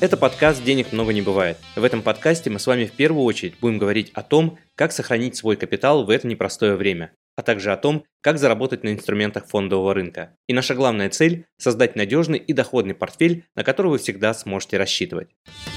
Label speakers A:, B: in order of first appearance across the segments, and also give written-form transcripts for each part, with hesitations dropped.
A: Это подкаст «Денег много не бывает». В этом подкасте мы с вами в первую очередь будем говорить о том, как сохранить свой капитал в это непростое время, а также о том, как заработать на инструментах фондового рынка. И наша главная цель – создать надежный и доходный портфель, на который вы всегда сможете рассчитывать.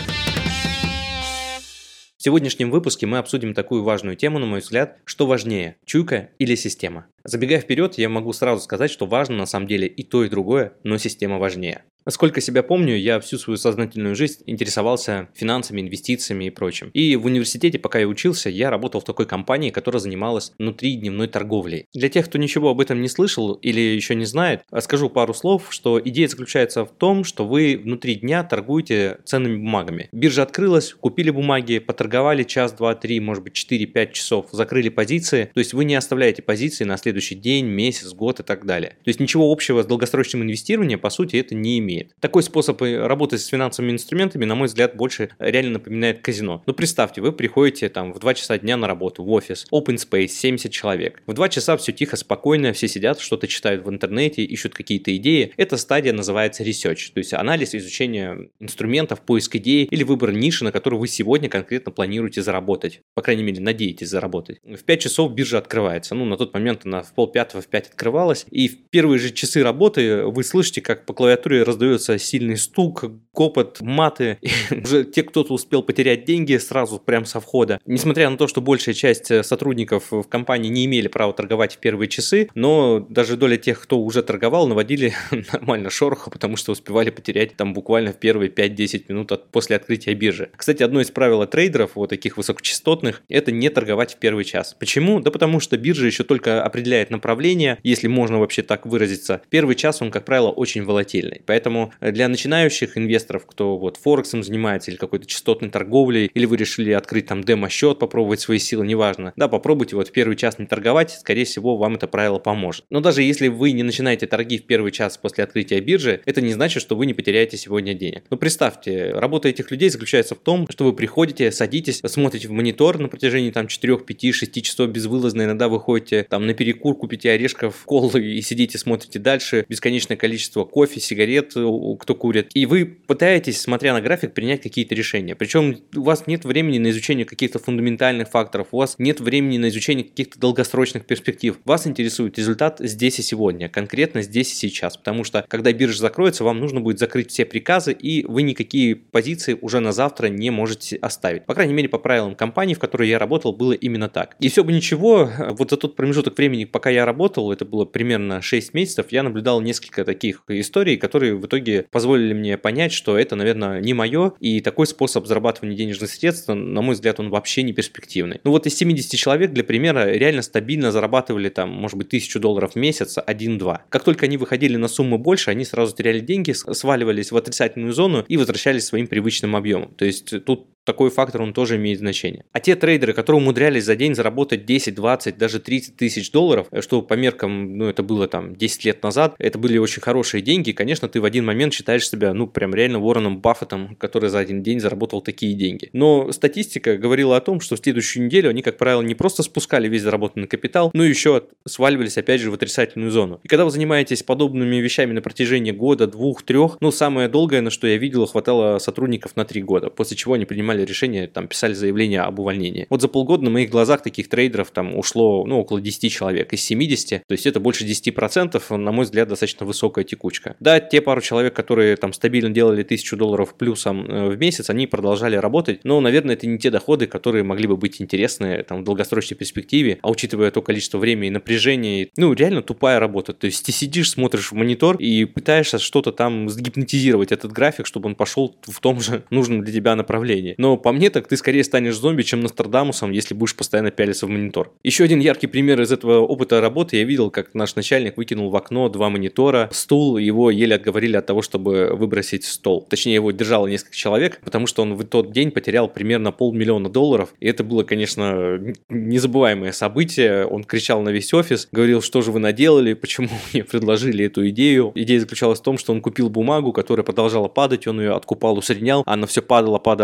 A: В сегодняшнем выпуске мы обсудим такую важную тему, на мой взгляд, что важнее – чуйка или система. Забегая вперед, я могу сразу сказать, что важно на самом деле и то, и другое, но система важнее. Сколько себя помню, я всю свою сознательную жизнь интересовался финансами, инвестициями и прочим. И в университете, пока я учился, я работал в такой компании, которая занималась внутридневной торговлей. Для тех, кто ничего об этом не слышал или еще не знает, скажу пару слов, что идея заключается в том, что вы внутри дня торгуете ценными бумагами. Биржа открылась, купили бумаги, поторговали час, два, три, может быть 4-5 часов, закрыли позиции. То есть вы не оставляете позиции на следующий день, месяц, год и так далее. То есть ничего общего с долгосрочным инвестированием, по сути, это не имеет. Такой способ работы с финансовыми инструментами, на мой взгляд, больше реально напоминает казино. Но представьте, вы приходите в 2 часа дня на работу, в офис, open space, 70 человек. В 2 часа все тихо, спокойно, все сидят, что-то читают в интернете, ищут какие-то идеи. Эта стадия называется research, то есть анализ, изучение инструментов, поиск идей или выбор ниши, на которую вы сегодня конкретно планируете заработать. По крайней мере, надеетесь заработать. В 5 часов биржа открывается. На тот момент она в 4:30, в 5 открывалась. И в первые же часы работы вы слышите, как по клавиатуре раздается сильный стук, гопот, маты. И уже кто-то успел потерять деньги сразу прям со входа. Несмотря на то, что большая часть сотрудников в компании не имели права торговать в первые часы, но даже доля тех, кто уже торговал, наводили нормально шороха, потому что успевали потерять буквально в первые 5-10 минут после открытия биржи. Кстати, одно из правил трейдеров, таких высокочастотных, это не торговать в первый час. Почему? Да потому что биржа еще только определяет направление, если можно вообще так выразиться. Первый час он, как правило, очень волатильный. Поэтому для начинающих инвесторов, кто Форексом занимается или какой-то частотной торговлей, или вы решили открыть демо-счет, попробовать свои силы, неважно. Да, попробуйте в первый час не торговать, скорее всего, вам это правило поможет. Но даже если вы не начинаете торги в первый час после открытия биржи, это не значит, что вы не потеряете сегодня денег. Представьте, работа этих людей заключается в том, что вы приходите, садитесь, смотрите в монитор на протяжении 4, 5, 6 часов безвылазно, иногда вы ходите на перекур, купите орешков, колы и сидите, смотрите дальше, бесконечное количество кофе, сигарет, кто курит. И вы пытаетесь, смотря на график, принять какие-то решения. Причем у вас нет времени на изучение каких-то фундаментальных факторов, у вас нет времени на изучение каких-то долгосрочных перспектив. Вас интересует результат здесь и сегодня, конкретно здесь и сейчас. Потому что, когда биржа закроется, вам нужно будет закрыть все приказы, и вы никакие позиции уже на завтра не можете оставить. По крайней мере, по правилам компании, в которой я работал, было именно так. И все бы ничего, за тот промежуток времени, пока я работал, это было примерно 6 месяцев, я наблюдал несколько таких историй, которые в итоге позволили мне понять, что это, наверное, не мое, и такой способ зарабатывания денежных средств, на мой взгляд, он вообще не перспективный. Из 70 человек, для примера, реально стабильно зарабатывали может быть, $1000 в месяц, 1-2. Как только они выходили на сумму больше, они сразу теряли деньги, сваливались в отрицательную зону и возвращались к своим привычным объемам. То есть тут такой фактор, он тоже имеет значение. А те трейдеры, которые умудрялись за день заработать 10, 20, даже 30 тысяч долларов, что по меркам, это было 10 лет назад, это были очень хорошие деньги, конечно, ты в один момент считаешь себя, прям реально Уорреном Баффетом, который за один день заработал такие деньги. Но статистика говорила о том, что в следующую неделю они, как правило, не просто спускали весь заработанный капитал, но еще сваливались, опять же, в отрицательную зону. И когда вы занимаетесь подобными вещами на протяжении года, 2, 3, самое долгое, на что я видел, хватало сотрудников на 3 года, после чего они принимали решение, писали заявление об увольнении. За полгода на моих глазах таких трейдеров ушло около 10 человек из 70, то есть это больше 10%, на мой взгляд, достаточно высокая текучка. Да, те пару человек, которые стабильно делали $1000 плюсом в месяц, они продолжали работать, но, наверное, это не те доходы, которые могли бы быть интересны в долгосрочной перспективе, а учитывая то количество времени и напряжения, реально тупая работа. То есть ты сидишь, смотришь в монитор и пытаешься что-то сгипнотизировать этот график, чтобы он пошел в том же нужном для тебя направлении. Но по мне так ты скорее станешь зомби, чем Нострадамусом, если будешь постоянно пялиться в монитор. Еще один яркий пример из этого опыта работы. Я видел, как наш начальник выкинул в окно 2 монитора, стул, его еле отговорили от того, чтобы выбросить стол. Точнее, его держало несколько человек, потому что он в тот день потерял примерно $500 000. И это было, конечно, незабываемое событие. Он кричал на весь офис, говорил, что же вы наделали, почему мне предложили эту идею. Идея заключалась в том, что он купил бумагу, которая продолжала падать, он ее откупал, усреднял, она все падала,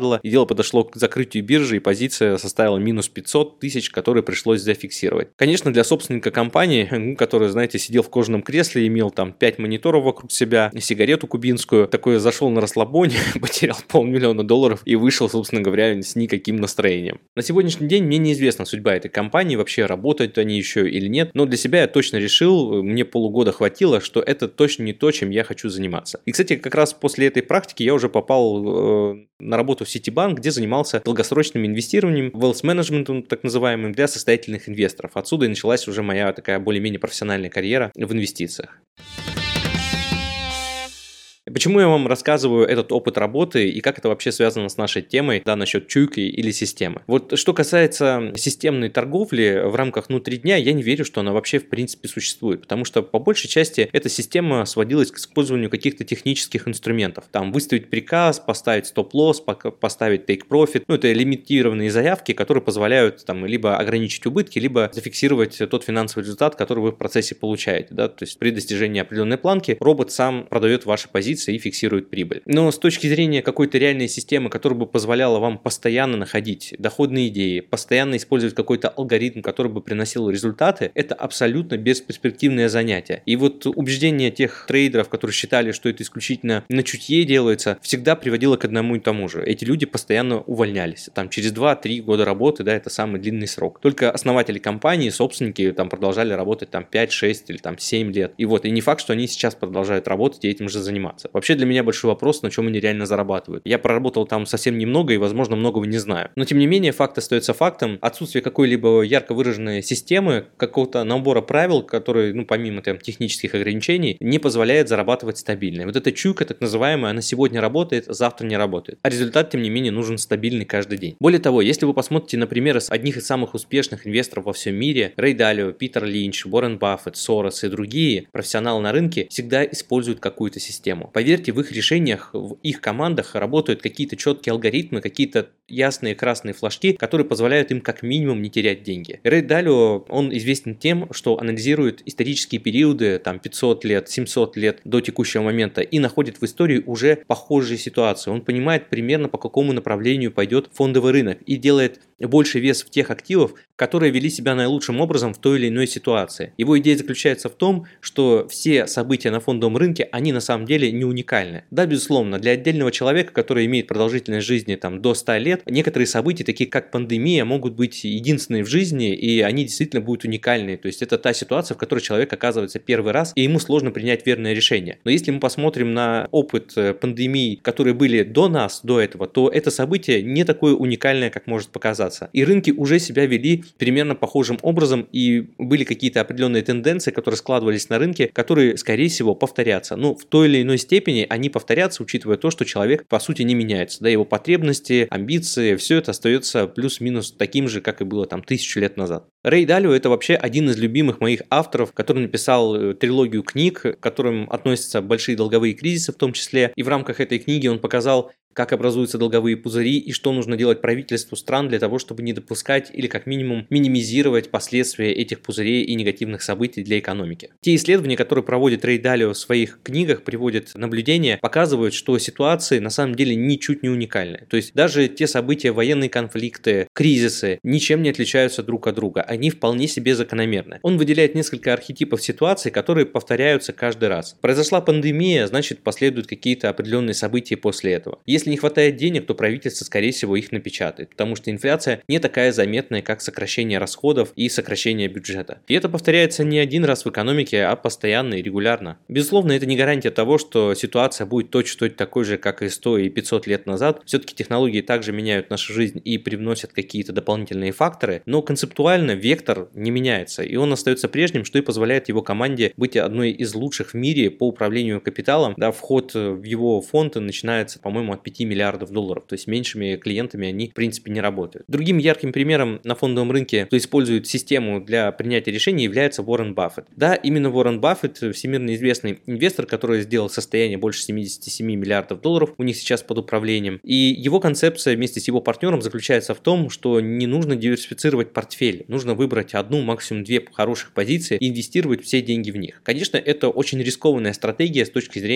A: падала, и дело подошло к закрытию биржи, и позиция составила минус 500 тысяч, которые пришлось зафиксировать. Конечно, для собственника компании, который, знаете, сидел в кожаном кресле, имел там 5 мониторов вокруг себя, сигарету кубинскую, такой зашел на расслабоне, потерял $500 000 и вышел, собственно говоря, с никаким настроением. На сегодняшний день мне неизвестна судьба этой компании, вообще работают они еще или нет, но для себя я точно решил, мне полугода хватило, что это точно не то, чем я хочу заниматься. И, кстати, как раз после этой практики я уже попал на работу в Citibank, где занимался долгосрочным инвестированием, wealth management, так называемым, для состоятельных инвесторов. Отсюда и началась уже моя такая более-менее профессиональная карьера в инвестициях. Почему я вам рассказываю этот опыт работы и как это вообще связано с нашей темой, да, насчет чуйки или системы? Вот что касается системной торговли в рамках внутри дня, я не верю, что она вообще в принципе существует, потому что по большей части эта система сводилась к использованию каких-то технических инструментов. Там выставить приказ, поставить стоп-лосс, поставить take-profit, это лимитированные заявки, которые позволяют там либо ограничить убытки, либо зафиксировать тот финансовый результат, который вы в процессе получаете, да, то есть при достижении определенной планки робот сам продает ваши позиции и фиксирует прибыль. Но с точки зрения какой-то реальной системы, которая бы позволяла вам постоянно находить доходные идеи, постоянно использовать какой-то алгоритм, который бы приносил результаты, это абсолютно бесперспективное занятие. И вот убеждение тех трейдеров, которые считали, что это исключительно на чутье делается, всегда приводило к одному и тому же. Эти люди постоянно увольнялись. Там через 2-3 года работы, да, это самый длинный срок. Только основатели компании, собственники там продолжали работать там 5, 6 или там 7 лет. И не факт, что они сейчас продолжают работать и этим же заниматься. Вообще для меня большой вопрос, на чем они реально зарабатывают. Я проработал там совсем немного и, возможно, многого не знаю. Но, тем не менее, факт остается фактом. Отсутствие какой-либо ярко выраженной системы, какого-то набора правил, которые, помимо там технических ограничений, не позволяет зарабатывать стабильно. Вот эта чуйка, так называемая, она сегодня работает, завтра не работает. А результат, тем не менее, нужен стабильный каждый день. Более того, если вы посмотрите на примеры одних из самых успешных инвесторов во всем мире, Рэй Далио, Питер Линч, Уоррен Баффет, Сорос и другие профессионалы на рынке всегда используют какую-то систему. Поверьте, в их решениях, в их командах работают какие-то четкие алгоритмы, какие-то ясные красные флажки, которые позволяют им как минимум не терять деньги. Рэй Далио, он известен тем, что анализирует исторические периоды, там 500 лет, 700 лет до текущего момента и находит в истории уже похожие ситуации. Он понимает примерно, по какому направлению пойдет фондовый рынок и делает больше вес в тех активов, которые вели себя наилучшим образом в той или иной ситуации. Его идея заключается в том, что все события на фондовом рынке, они на самом деле не уникальны. Да, безусловно, для отдельного человека, который имеет продолжительность жизни там, до 100 лет, некоторые события, такие как пандемия, могут быть единственные в жизни, и они действительно будут уникальные. То есть это та ситуация, в которой человек оказывается первый раз, и ему сложно принять верное решение. Но если мы посмотрим на опыт пандемий, которые были до нас, до этого, то это событие не такое уникальное, как может показаться. И рынки уже себя вели примерно похожим образом, и были какие-то определенные тенденции, которые складывались на рынке, которые, скорее всего, повторятся. В той или иной степени они повторятся, учитывая то, что человек, по сути, не меняется. Да, его потребности, амбиции, все это остается плюс-минус таким же, как и было там 1000 лет назад. Рэй Далио – это вообще один из любимых моих авторов, который написал трилогию книг, к которым относятся большие долговые кризисы в том числе. И в рамках этой книги он показал, как образуются долговые пузыри и что нужно делать правительству стран для того, чтобы не допускать или как минимум минимизировать последствия этих пузырей и негативных событий для экономики. Те исследования, которые проводит Рэй Далио в своих книгах, приводят наблюдения, показывают, что ситуации на самом деле ничуть не уникальны. То есть даже те события, военные конфликты, кризисы ничем не отличаются друг от друга. Они вполне себе закономерны. Он выделяет несколько архетипов ситуаций, которые повторяются каждый раз. Произошла пандемия, значит последуют какие-то определенные события после этого. Если не хватает денег, то правительство, скорее всего, их напечатает, потому что инфляция не такая заметная, как сокращение расходов и сокращение бюджета. И это повторяется не один раз в экономике, а постоянно и регулярно. Безусловно, это не гарантия того, что ситуация будет точь-в-точь такой же, как и 100 и 500 лет назад. Все-таки технологии также меняют нашу жизнь и привносят какие-то дополнительные факторы, но концептуально вектор не меняется, и он остается прежним, что и позволяет его команде быть одной из лучших в мире по управлению капиталом. Да, вход в его фонд начинается, по-моему, от $5 миллиардов. То есть меньшими клиентами они в принципе не работают. Другим ярким примером на фондовом рынке, кто использует систему для принятия решений, является Уоррен Баффет. Да, именно Уоррен Баффет, всемирно известный инвестор, который сделал состояние больше $77 миллиардов у них сейчас под управлением. И его концепция вместе с его партнером заключается в том, что не нужно диверсифицировать портфель, нужно выбрать одну, максимум две хороших позиции и инвестировать все деньги в них. Конечно, это очень рискованная стратегия с точки зрения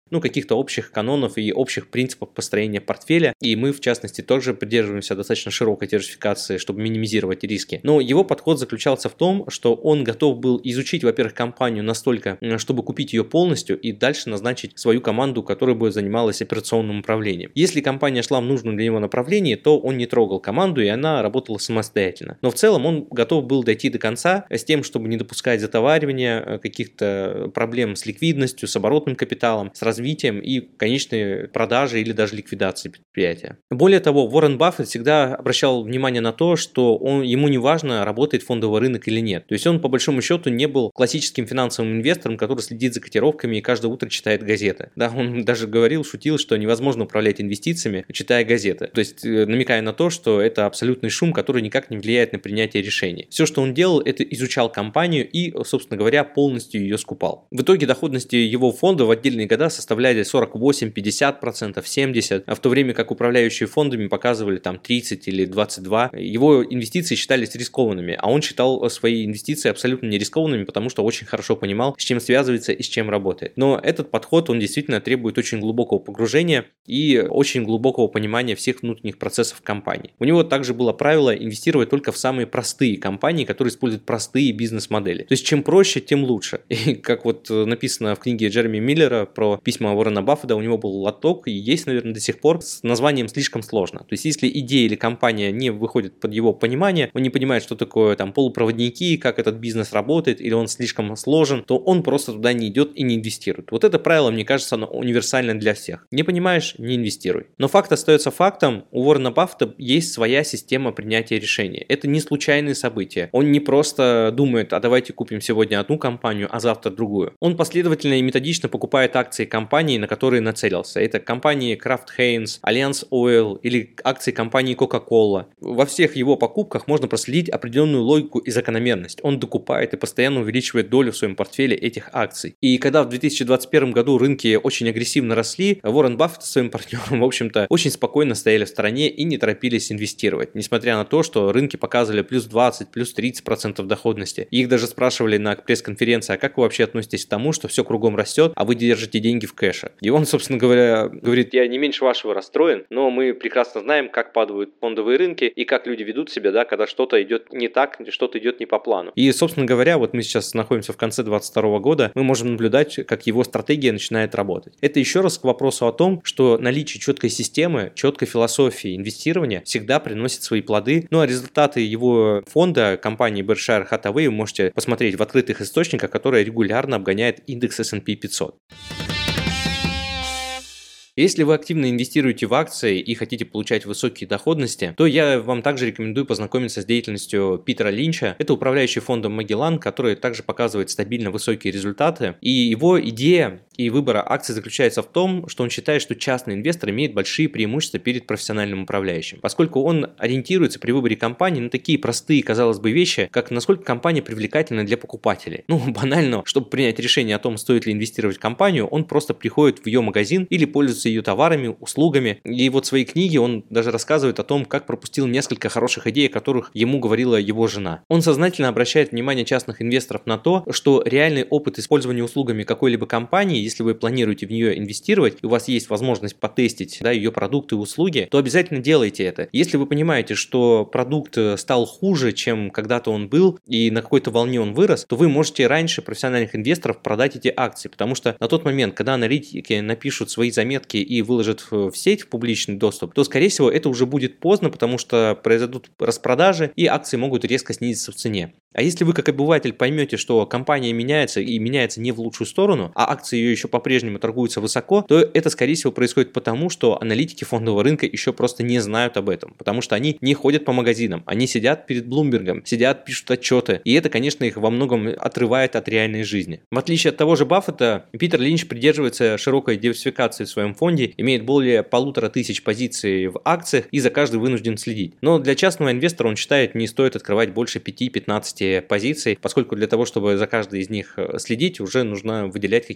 A: каких-то общих канонов и общих принципов построения портфеля, и мы, в частности, тоже придерживаемся достаточно широкой диверсификации, чтобы минимизировать риски. Но его подход заключался в том, что он готов был изучить, во-первых, компанию настолько, чтобы купить ее полностью и дальше назначить свою команду, которая бы занималась операционным управлением. Если компания шла в нужном для него направлении, то он не трогал команду, и она работала самостоятельно. Но в целом он готов был дойти до конца с тем, чтобы не допускать затоваривания, каких-то проблем с ликвидностью, с оборотным капиталом, с развитием и конечной продажи или даже ликвидации предприятия. Более того, Уоррен Баффет всегда обращал внимание на то, что ему не важно, работает фондовый рынок или нет. То есть он по большому счету не был классическим финансовым инвестором, который следит за котировками и каждое утро читает газеты. Да, он даже говорил, шутил, что невозможно управлять инвестициями, читая газеты. То есть намекая на то, что это абсолютный шум, который никак не влияет на принятие решений. Все, что он делал, это изучал компанию и, собственно говоря, полностью ее скупал. В итоге доходности его фонда в отдельные года составляли 48, 50%, 70%, а в то время как управляющие фондами показывали там 30 или 22%. Его инвестиции считались рискованными, а он считал свои инвестиции абсолютно не рискованными, потому что очень хорошо понимал, с чем связывается и с чем работает. Но этот подход, он действительно требует очень глубокого погружения и очень глубокого понимания всех внутренних процессов компании. У него также было правило инвестировать только в самые простые компании, которые используют простые бизнес-модели. То есть чем проще, тем лучше. И как вот написано в книге Джереми Миллера про письма Уоррена Баффета, у него был лоток, и есть, наверное, до сих пор, с названием «Слишком сложно». То есть если идея или компания не выходит под его понимание, он не понимает, что такое там полупроводники, как этот бизнес работает, или он слишком сложен, то он просто туда не идет и не инвестирует. Вот это правило, мне кажется, оно универсально для всех. Не понимаешь — не инвестируй. Но факт остается фактом, у Уоррена Баффета есть своя система принятия решений. Это не случайные события. Он не просто думает, а давайте купим сегодня одну компанию, а завтра другую. Он последовательно и методично покупает акции компаний, на которые нацелился. Это компании Kraft Heinz, Allianz Oil или акции компании Coca-Cola. Во всех его покупках можно проследить определенную логику и закономерность. Он докупает и постоянно увеличивает долю в своем портфеле этих акций. И когда в 2021 году рынки очень агрессивно росли, Уоррен Баффет со своим партнером, в общем-то, очень спокойно стояли в стороне и не торопились инвестировать, несмотря на то, что рынки показывали плюс 20, плюс 30% доходности. И их даже спрашивали на пресс-конференции, а как вы вообще относитесь к тому, что все кругом растет, а вы держите деньги в кэше? И он, собственно говоря, говорит: я не меньше вашего расстроен, но мы прекрасно знаем, как падают фондовые рынки и как люди ведут себя, да, когда что-то идет не так, что-то идет не по плану. И, собственно говоря, вот мы сейчас находимся в конце 2022 года, мы можем наблюдать, как его стратегия начинает работать. Это еще раз к вопросу о том, что наличие четкой системы, четкой философии инвестирования всегда приносит свои плоды. Ну а результаты его фонда, компании Berkshire Hathaway, вы можете посмотреть в открытых источниках, которые регулярно обгоняет индекс S&P 500. Если вы активно инвестируете в акции и хотите получать высокие доходности, то я вам также рекомендую познакомиться с деятельностью Питера Линча. Это управляющий фондом Magellan, который также показывает стабильно высокие результаты. И его идея и выбора акций заключается в том, что он считает, что частный инвестор имеет большие преимущества перед профессиональным управляющим, поскольку он ориентируется при выборе компании на такие простые, казалось бы, вещи, как насколько компания привлекательна для покупателей. Ну, банально, чтобы принять решение о том, стоит ли инвестировать в компанию, он просто приходит в ее магазин или пользуется ее товарами, услугами. И вот в своей книге он даже рассказывает о том, как пропустил несколько хороших идей, о которых ему говорила его жена. Он сознательно обращает внимание частных инвесторов на то, что реальный опыт использования услугами какой-либо компании, если вы планируете в нее инвестировать, и у вас есть возможность потестить, да, ее продукты и услуги, то обязательно делайте это. Если вы понимаете, что продукт стал хуже, чем когда-то он был, и на какой-то волне он вырос, то вы можете раньше профессиональных инвесторов продать эти акции, потому что на тот момент, когда аналитики напишут свои заметки и выложат в сеть, в публичный доступ, то, скорее всего, это уже будет поздно, потому что произойдут распродажи, и акции могут резко снизиться в цене. А если вы, как обыватель, поймете, что компания меняется и меняется не в лучшую сторону, а акции ее еще по-прежнему торгуются высоко, то это, скорее всего, происходит потому, что аналитики фондового рынка еще просто не знают об этом, потому что они не ходят по магазинам, они сидят перед Блумбергом, сидят, пишут отчеты, и это, конечно, их во многом отрывает от реальной жизни. В отличие от того же Баффета, Питер Линч придерживается широкой диверсификации в своем фонде, имеет более 1500 позиций в акциях и за каждой вынужден следить. Но для частного инвестора, он считает, не стоит открывать больше 5-15 позиций, поскольку для того, чтобы за каждой из них следить, уже нужно выделять какие-то временные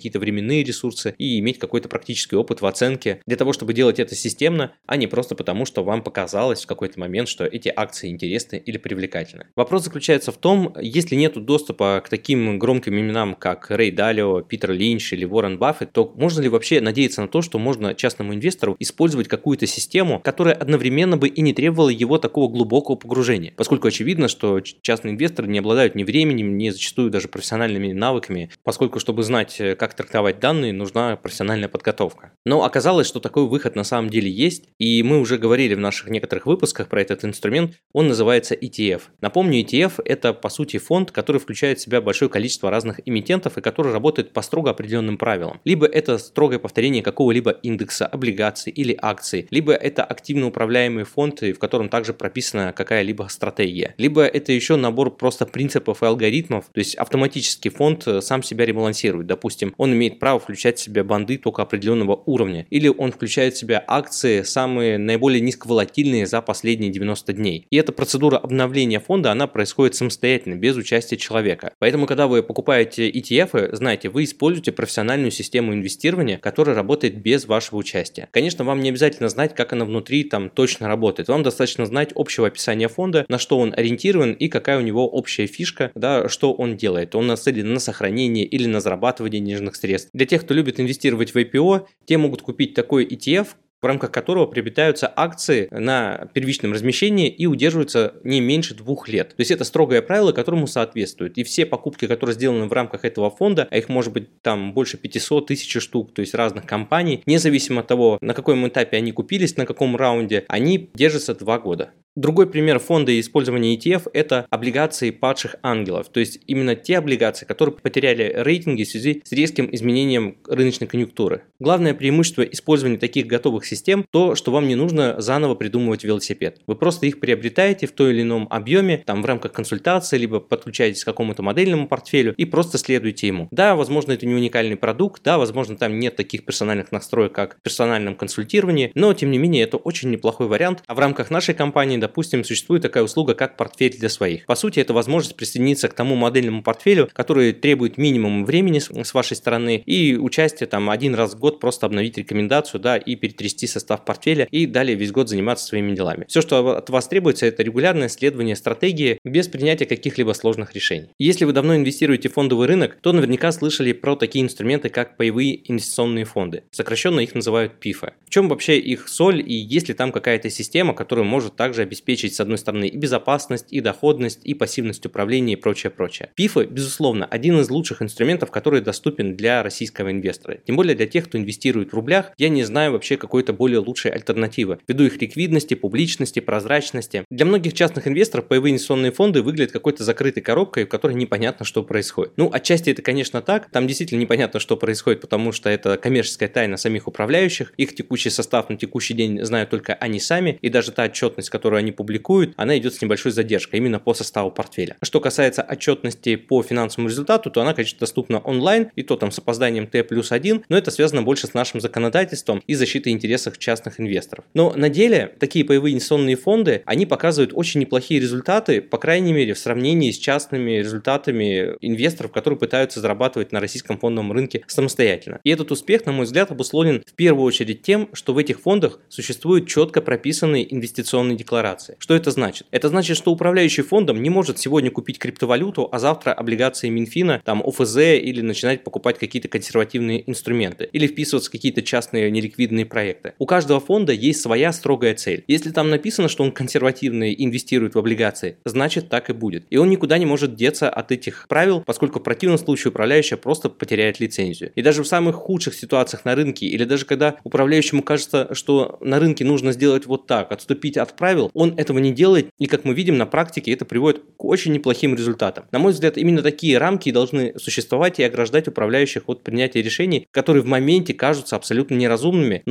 A: временные ресурсы и иметь какой-то практический опыт в оценке для того, чтобы делать это системно, а не просто потому, что вам показалось в какой-то момент, что эти акции интересны или привлекательны. Вопрос заключается в том, если нет доступа к таким громким именам, как Рэй Далио, Питер Линч или Уоррен Баффет, то можно ли вообще надеяться на то, что можно частному инвестору использовать какую-то систему, которая одновременно бы и не требовала его такого глубокого погружения? Поскольку очевидно, что частные инвесторы не обладают ни временем, ни зачастую даже профессиональными навыками, поскольку, чтобы знать, как трактовать данные, нужна профессиональная подготовка. Но оказалось, что такой выход на самом деле есть, и мы уже говорили в наших некоторых выпусках про этот инструмент, он называется ETF. Напомню, ETF – это, по сути, фонд, который включает в себя большое количество разных эмитентов и который работает по строго определенным правилам. Либо это строгое повторение какого-либо индекса, облигаций или акций, либо это активно управляемый фонд, в котором также прописана какая-либо стратегия, либо это еще набор просто принципов и алгоритмов, то есть автоматически фонд сам себя ребалансирует. Допустим, он имеет право включать в себя банды только определенного уровня, или он включает в себя акции самые наиболее низковолатильные за последние 90 дней. И эта процедура обновления фонда, она происходит самостоятельно, без участия человека. Поэтому, когда вы покупаете ETF, знаете, вы используете профессиональную систему инвестирования, которая работает без вашего участия. Конечно, вам не обязательно знать, как она внутри там точно работает. Вам достаточно знать общего описания фонда, на что он ориентирован и какая у него общая фишка, да, что он делает. Он нацелен на сохранение или на зарабатывание денежных средств. Для тех, кто любит инвестировать в IPO, те могут купить такой ETF, в рамках которого приобретаются акции на первичном размещении и удерживаются не меньше 2 лет. То есть это строгое правило, которому соответствует. И все покупки, которые сделаны в рамках этого фонда, а их может быть там больше 500 тысяч штук, то есть разных компаний, независимо от того, на каком этапе они купились, на каком раунде, они держатся 2 года. Другой пример фонда использования ETF – это облигации падших ангелов, то есть именно те облигации, которые потеряли рейтинги в связи с резким изменением рыночной конъюнктуры. Главное преимущество использования таких готовых систем – то, что вам не нужно заново придумывать велосипед. Вы просто их приобретаете в той или ином объеме, там в рамках консультации, либо подключаетесь к какому-то модельному портфелю и просто следуете ему. Да, возможно, это не уникальный продукт, да, возможно, там нет таких персональных настроек, как в персональном консультировании, но, тем не менее, это очень неплохой вариант. А в рамках нашей компании, допустим, существует такая услуга, как портфель для своих. По сути, это возможность присоединиться к тому модельному портфелю, который требует минимум времени с вашей стороны и участие там один раз в год просто обновить рекомендацию, да, и перетрясти состав портфеля и далее весь год заниматься своими делами. Все, что от вас требуется, это регулярное следование стратегии без принятия каких-либо сложных решений. Если вы давно инвестируете в фондовый рынок, то наверняка слышали про такие инструменты, как паевые инвестиционные фонды. Сокращенно их называют PIFы. В чем вообще их соль и есть ли там какая-то система, которая может также обеспечить, с одной стороны, и безопасность, и доходность, и пассивность управления и прочее. PIFы, безусловно, один из лучших инструментов, который доступен для российского инвестора. Тем более для тех, кто инвестирует в рублях, я не знаю вообще какой-то более лучшей альтернативы, ввиду их ликвидности, публичности, прозрачности. Для многих частных инвесторов паевые инвестиционные фонды выглядят какой-то закрытой коробкой, в которой непонятно, что происходит. Ну, отчасти это, конечно, так. Там действительно непонятно, что происходит, потому что это коммерческая тайна самих управляющих. Их текущий состав на текущий день знают только они сами, и даже та отчетность, которую они публикуют, она идет с небольшой задержкой именно по составу портфеля. Что касается отчетности по финансовому результату, то она, конечно, доступна онлайн, и то там с опозданием T+1, но это связано больше с нашим законодательством и защитой интересов частных инвесторов. Но на деле такие паевые инвестиционные фонды, они показывают очень неплохие результаты, по крайней мере, в сравнении с частными результатами инвесторов, которые пытаются зарабатывать на российском фондовом рынке самостоятельно. И этот успех, на мой взгляд, обусловлен в первую очередь тем, что в этих фондах существуют четко прописанные инвестиционные декларации. Что это значит? Это значит, что управляющий фондом не может сегодня купить криптовалюту, а завтра облигации Минфина, там ОФЗ или начинать покупать какие-то консервативные инструменты или вписываться в какие-то частные неликвидные проекты. У каждого фонда есть своя строгая цель. Если там написано, что он консервативный и инвестирует в облигации, значит так и будет. И он никуда не может деться от этих правил, поскольку в противном случае управляющий просто потеряет лицензию. И даже в самых худших ситуациях на рынке, или даже когда управляющему кажется, что на рынке нужно сделать вот так, отступить от правил, он этого не делает, и как мы видим на практике, это приводит к очень неплохим результатам. На мой взгляд, именно такие рамки должны существовать и ограждать управляющих от принятия решений, которые в моменте кажутся абсолютно неразумными, но потом в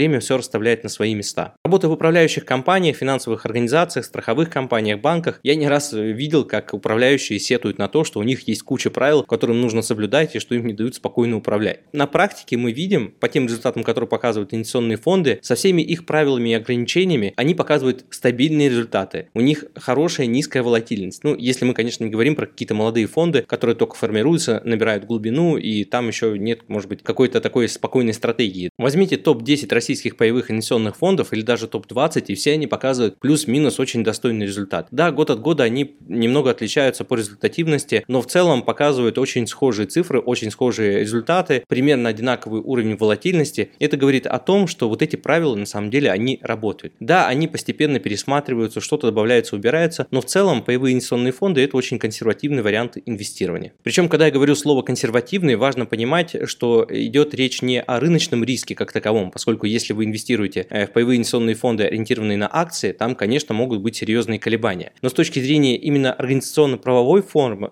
A: время все расставляет на свои места. Работая в управляющих компаниях, финансовых организациях, страховых компаниях, банках, я не раз видел, как управляющие сетуют на то, что у них есть куча правил, которым нужно соблюдать и что им не дают спокойно управлять. На практике мы видим, по тем результатам, которые показывают инвестиционные фонды, со всеми их правилами и ограничениями, они показывают стабильные результаты. У них хорошая низкая волатильность. Ну, если мы, конечно, не говорим про какие-то молодые фонды, которые только формируются, набирают глубину, и там еще нет, может быть, какой-то такой спокойной стратегии. Возьмите топ-10 российских паевых инвестиционных фондов или даже топ-20, и все они показывают плюс-минус очень достойный результат. Да, год от года они немного отличаются по результативности, но в целом показывают очень схожие цифры, очень схожие результаты, примерно одинаковый уровень волатильности. Это говорит о том, что вот эти правила на самом деле они работают. Да, они постепенно пересматриваются, что-то добавляется, убирается, но в целом паевые инвестиционные фонды это очень консервативный вариант инвестирования. Причем, когда я говорю слово консервативный, важно понимать, что идет речь не о рыночном риске как таковом, поскольку если вы инвестируете в паевые инвестиционные фонды, ориентированные на акции, там, конечно, могут быть серьезные колебания. Но с точки зрения именно организационно-правовой формы,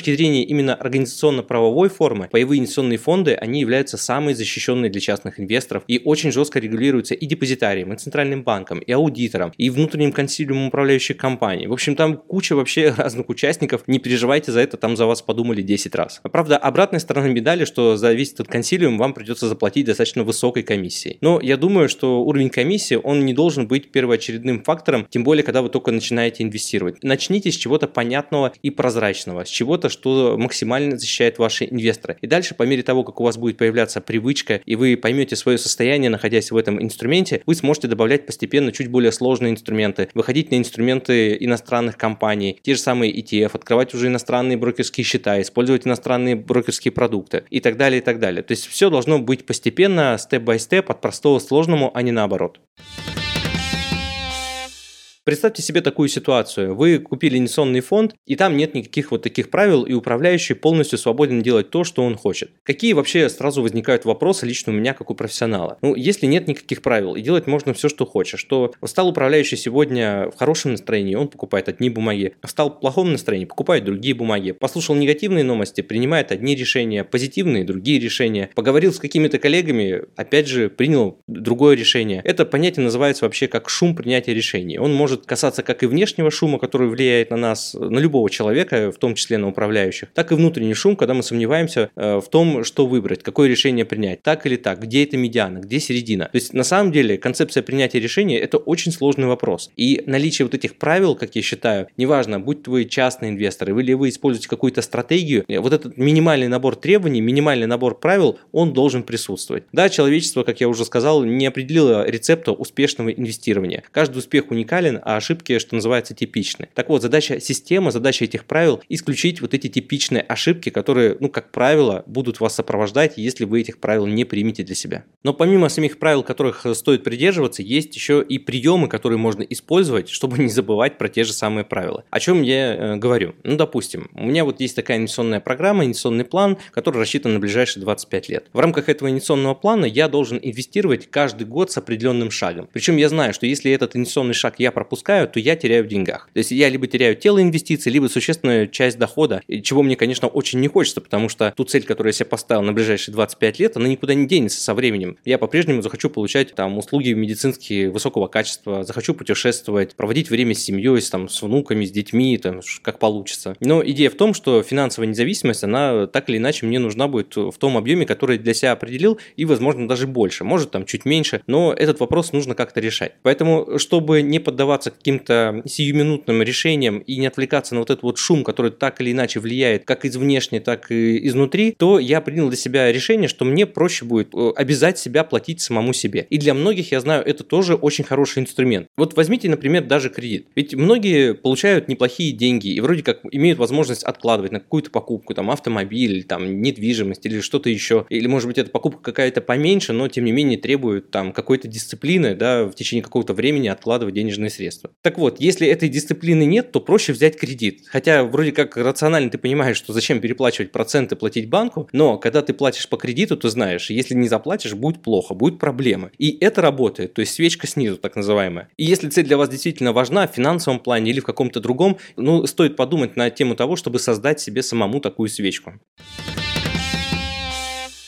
A: паевые инвестиционные фонды, они являются самой защищенной для частных инвесторов и очень жестко регулируются и депозитарием, и центральным банком, и аудитором, и внутренним консилиумом управляющих компаний. В общем, там куча вообще разных участников. Не переживайте за это, там за вас подумали 10 раз. Правда, обратная сторона медали, что за весь этот консилиум вам придется заплатить достаточно высокой комиссией. Но я думаю, что уровень комиссии, он не должен быть первоочередным фактором, тем более, когда вы только начинаете инвестировать. Начните с чего-то понятного и прозрачного, с чего-то, что максимально защищает ваши инвесторы. И дальше, по мере того, как у вас будет появляться привычка, и вы поймете свое состояние, находясь в этом инструменте, вы сможете добавлять постепенно чуть более сложные инструменты, выходить на инструменты иностранных компаний, те же самые ETF, открывать уже иностранные брокерские счета, использовать иностранные брокерские продукты и так далее, и так далее. То есть все должно быть постепенно, степ-бай-степ, от простого к сложному, а не наоборот. Представьте себе такую ситуацию. Вы купили инвестиционный фонд, и там нет никаких вот таких правил, и управляющий полностью свободен делать то, что он хочет. Какие вообще сразу возникают вопросы лично у меня, как у профессионала? Ну, если нет никаких правил, и делать можно все, что хочешь, то стал управляющий сегодня в хорошем настроении, он покупает одни бумаги, стал в плохом настроении, покупает другие бумаги, послушал негативные новости, принимает одни решения, позитивные – другие решения, поговорил с какими-то коллегами, опять же, принял другое решение. Это понятие называется вообще как шум принятия решений. Он может касаться как и внешнего шума, который влияет на нас, на любого человека, в том числе на управляющих, так и внутренний шум, когда мы сомневаемся в том, что выбрать, какое решение принять, так или так, где это медиана, где середина. То есть на самом деле концепция принятия решения – это очень сложный вопрос. И наличие вот этих правил, как я считаю, неважно, будь вы частный инвестор или вы используете какую-то стратегию, вот этот минимальный набор требований, минимальный набор правил, он должен присутствовать. Да, человечество, как я уже сказал, не определило рецепта успешного инвестирования. Каждый успех уникален, а ошибки, что называется, типичны. Так вот, задача системы, задача этих правил – исключить вот эти типичные ошибки, которые, как правило, будут вас сопровождать, если вы этих правил не примете для себя. Но помимо самих правил, которых стоит придерживаться, есть еще и приемы, которые можно использовать, чтобы не забывать про те же самые правила. О чем я говорю? Допустим, у меня вот есть такая инвестиционная программа, инвестиционный план, который рассчитан на ближайшие 25 лет. В рамках этого инвестиционного плана я должен инвестировать каждый год с определенным шагом. Причем я знаю, что если этот инвестиционный шаг я пропускаю, то я теряю в деньгах. То есть я либо теряю тело инвестиций, либо существенную часть дохода, чего мне, конечно, очень не хочется, потому что ту цель, которую я себе поставил на ближайшие 25 лет, она никуда не денется со временем. Я по-прежнему захочу получать услуги медицинские высокого качества, захочу путешествовать, проводить время с семьей, с внуками, с детьми, как получится. Но идея в том, что финансовая независимость, она так или иначе мне нужна будет в том объеме, который для себя определил, и, возможно, даже больше. Может, чуть меньше, но этот вопрос нужно как-то решать. Поэтому, чтобы не поддаваться каким-то сиюминутным решением и не отвлекаться на вот этот вот шум, который так или иначе влияет как извне, так и изнутри, то я принял для себя решение, что мне проще будет обязать себя платить самому себе. И для многих, я знаю, это тоже очень хороший инструмент. Вот возьмите, например, даже кредит. Ведь многие получают неплохие деньги и вроде как имеют возможность откладывать на какую-то покупку, автомобиль, или недвижимость, или что-то еще. Или, может быть, эта покупка какая-то поменьше, но, тем не менее, требует какой-то дисциплины, в течение какого-то времени откладывать денежные средства. Так вот, если этой дисциплины нет, то проще взять кредит. Хотя вроде как рационально ты понимаешь, что зачем переплачивать проценты, платить банку, но когда ты платишь по кредиту, ты знаешь, если не заплатишь, будет плохо, будут проблемы. И это работает, то есть свечка снизу, так называемая. И если цель для вас действительно важна в финансовом плане или в каком-то другом, стоит подумать на тему того, чтобы создать себе самому такую свечку.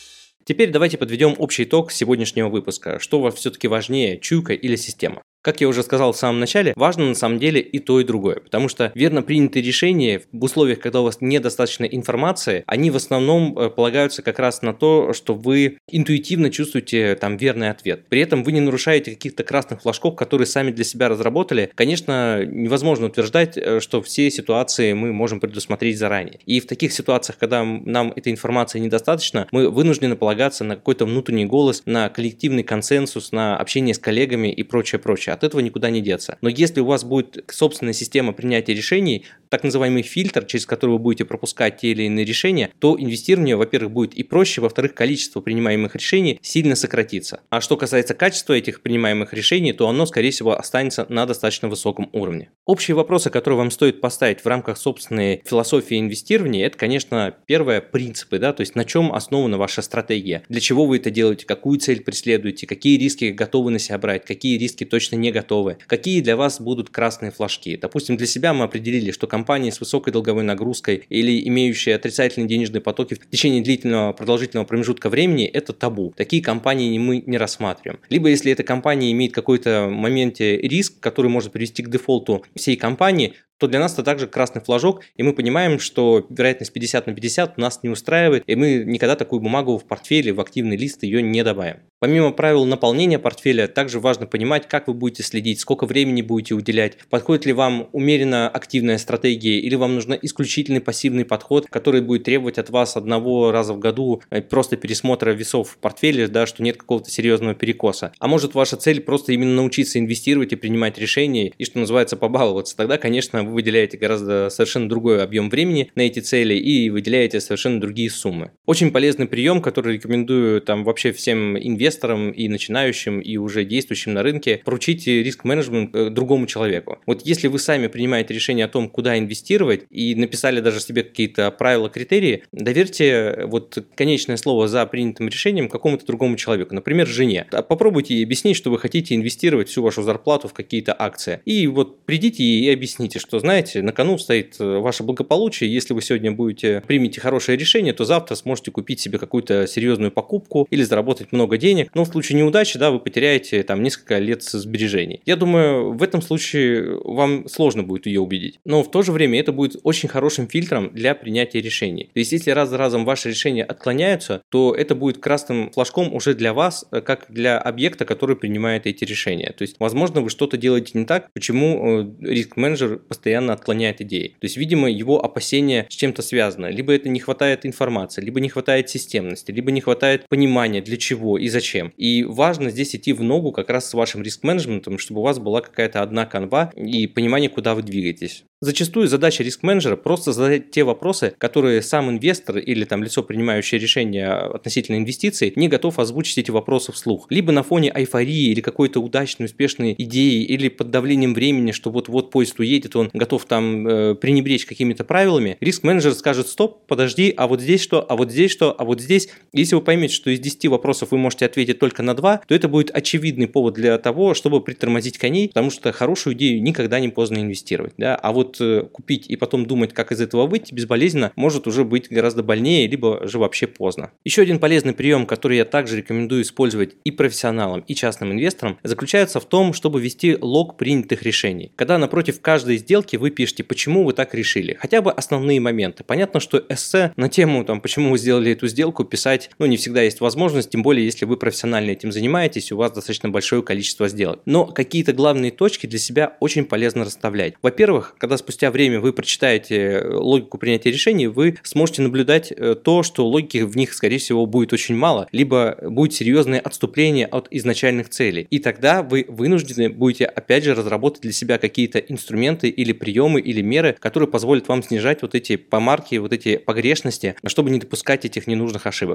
A: Теперь давайте подведем общий итог сегодняшнего выпуска. Что вас все-таки важнее, чуйка или система? Как я уже сказал в самом начале, важно на самом деле и то, и другое, потому что верно принятые решения в условиях, когда у вас недостаточно информации, они в основном полагаются как раз на то, что вы интуитивно чувствуете там верный ответ. При этом вы не нарушаете каких-то красных флажков, которые сами для себя разработали. Конечно, невозможно утверждать, что все ситуации мы можем предусмотреть заранее. И в таких ситуациях, когда нам этой информации недостаточно, мы вынуждены полагаться на какой-то внутренний голос, на коллективный консенсус, на общение с коллегами и прочее. От этого никуда не деться. Но если у вас будет собственная система принятия решений, так называемый фильтр, через который вы будете пропускать те или иные решения, то инвестирование, во-первых, будет и проще, во-вторых, количество принимаемых решений сильно сократится. А что касается качества этих принимаемых решений, то оно, скорее всего, останется на достаточно высоком уровне. Общие вопросы, которые вам стоит поставить в рамках собственной философии инвестирования, это, конечно, первое, принципы, да, то есть на чем основана ваша стратегия, для чего вы это делаете, какую цель преследуете, какие риски готовы на себя брать, какие риски точно не готовы. Какие для вас будут красные флажки? Допустим, для себя мы определили, что компании с высокой долговой нагрузкой или имеющие отрицательные денежные потоки в течение длительного продолжительного промежутка времени – это табу. Такие компании мы не рассматриваем. Либо если эта компания имеет какой-то моменте риск, который может привести к дефолту всей компании, то для нас это также красный флажок, и мы понимаем, что вероятность 50/50 нас не устраивает, и мы никогда такую бумагу в портфеле, в активный лист ее не добавим. Помимо правил наполнения портфеля, также важно понимать, как вы будете следить, сколько времени будете уделять, подходит ли вам умеренно активная стратегия, или вам нужен исключительный пассивный подход, который будет требовать от вас одного раза в году просто пересмотра весов в портфеле, да, что нет какого-то серьезного перекоса. А может, ваша цель просто именно научиться инвестировать и принимать решения, и, что называется, побаловаться. Тогда, конечно, вы выделяете гораздо совершенно другой объем времени на эти цели и выделяете совершенно другие суммы. Очень полезный прием, который рекомендую там вообще всем инвесторам и начинающим, и уже действующим на рынке, поручить риск-менеджмент другому человеку. Вот если вы сами принимаете решение о том, куда инвестировать, и написали даже себе какие-то правила, критерии, доверьте вот конечное слово за принятым решением какому-то другому человеку, например, жене. Попробуйте ей объяснить, что вы хотите инвестировать всю вашу зарплату в какие-то акции. И вот придите ей и объясните, что, знаете, на кону стоит ваше благополучие. Если вы сегодня примете хорошее решение, то завтра сможете купить себе какую-то серьезную покупку или заработать много денег. Но в случае неудачи, да, вы потеряете там несколько лет сбережений. Я думаю, в этом случае вам сложно будет ее убедить. Но в то же время это будет очень хорошим фильтром для принятия решений. То есть, если раз за разом ваши решения отклоняются, то это будет красным флажком уже для вас, как для объекта, который принимает эти решения. То есть, возможно, вы что-то делаете не так, почему риск-менеджер постоянно отклоняет идеи. То есть, видимо, его опасения с чем-то связаны. Либо это не хватает информации, либо не хватает системности, либо не хватает понимания, для чего и зачем. И важно здесь идти в ногу как раз с вашим риск-менеджментом, чтобы у вас была какая-то одна канва и понимание, куда вы двигаетесь. Зачастую задача риск-менеджера просто задать те вопросы, которые сам инвестор или там лицо, принимающее решение относительно инвестиций, не готов озвучить эти вопросы вслух. Либо на фоне эйфории или какой-то удачной, успешной идеи, или под давлением времени, что вот-вот поезд уедет, он готов там пренебречь какими-то правилами, риск-менеджер скажет: стоп, подожди, а вот здесь что, а вот здесь что, а вот здесь. Если вы поймете, что из 10 вопросов вы можете ответить только на 2, то это будет очевидный повод для того, чтобы притормозить коней, потому что хорошую идею никогда не поздно инвестировать. Да? А вот купить и потом думать, как из этого выйти безболезненно, может уже быть гораздо больнее, либо же вообще поздно. Еще один полезный прием, который я также рекомендую использовать и профессионалам, и частным инвесторам, заключается в том, чтобы вести лог принятых решений. Когда напротив каждой сделки вы пишете, почему вы так решили, хотя бы основные моменты. Понятно, что эссе на тему, почему вы сделали эту сделку, писать, не всегда есть возможность, тем более, если вы профессионально этим занимаетесь, у вас достаточно большое количество сделок. Но какие-то главные точки для себя очень полезно расставлять. Во-первых, когда спустя время вы прочитаете логику принятия решений, вы сможете наблюдать то, что логики в них, скорее всего, будет очень мало, либо будет серьезное отступление от изначальных целей. И тогда вы вынуждены будете, опять же, разработать для себя какие-то инструменты или приемы, или меры, которые позволят вам снижать вот эти помарки, вот эти погрешности, чтобы не допускать этих ненужных ошибок.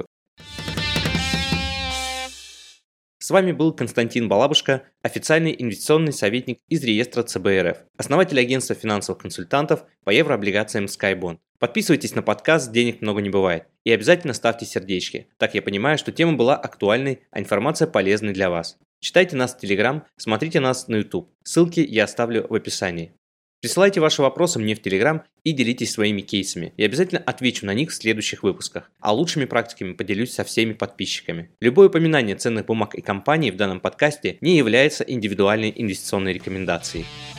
A: С вами был Константин Балабушка, официальный инвестиционный советник из реестра ЦБ РФ, основатель агентства финансовых консультантов по еврооблигациям SkyBond. Подписывайтесь на подкаст «Денег много не бывает» и обязательно ставьте сердечки. Так я понимаю, что тема была актуальной, а информация полезной для вас. Читайте нас в Telegram, смотрите нас на YouTube. Ссылки я оставлю в описании. Присылайте ваши вопросы мне в Telegram и делитесь своими кейсами. Я обязательно отвечу на них в следующих выпусках. А лучшими практиками поделюсь со всеми подписчиками. Любое упоминание ценных бумаг и компаний в данном подкасте не является индивидуальной инвестиционной рекомендацией.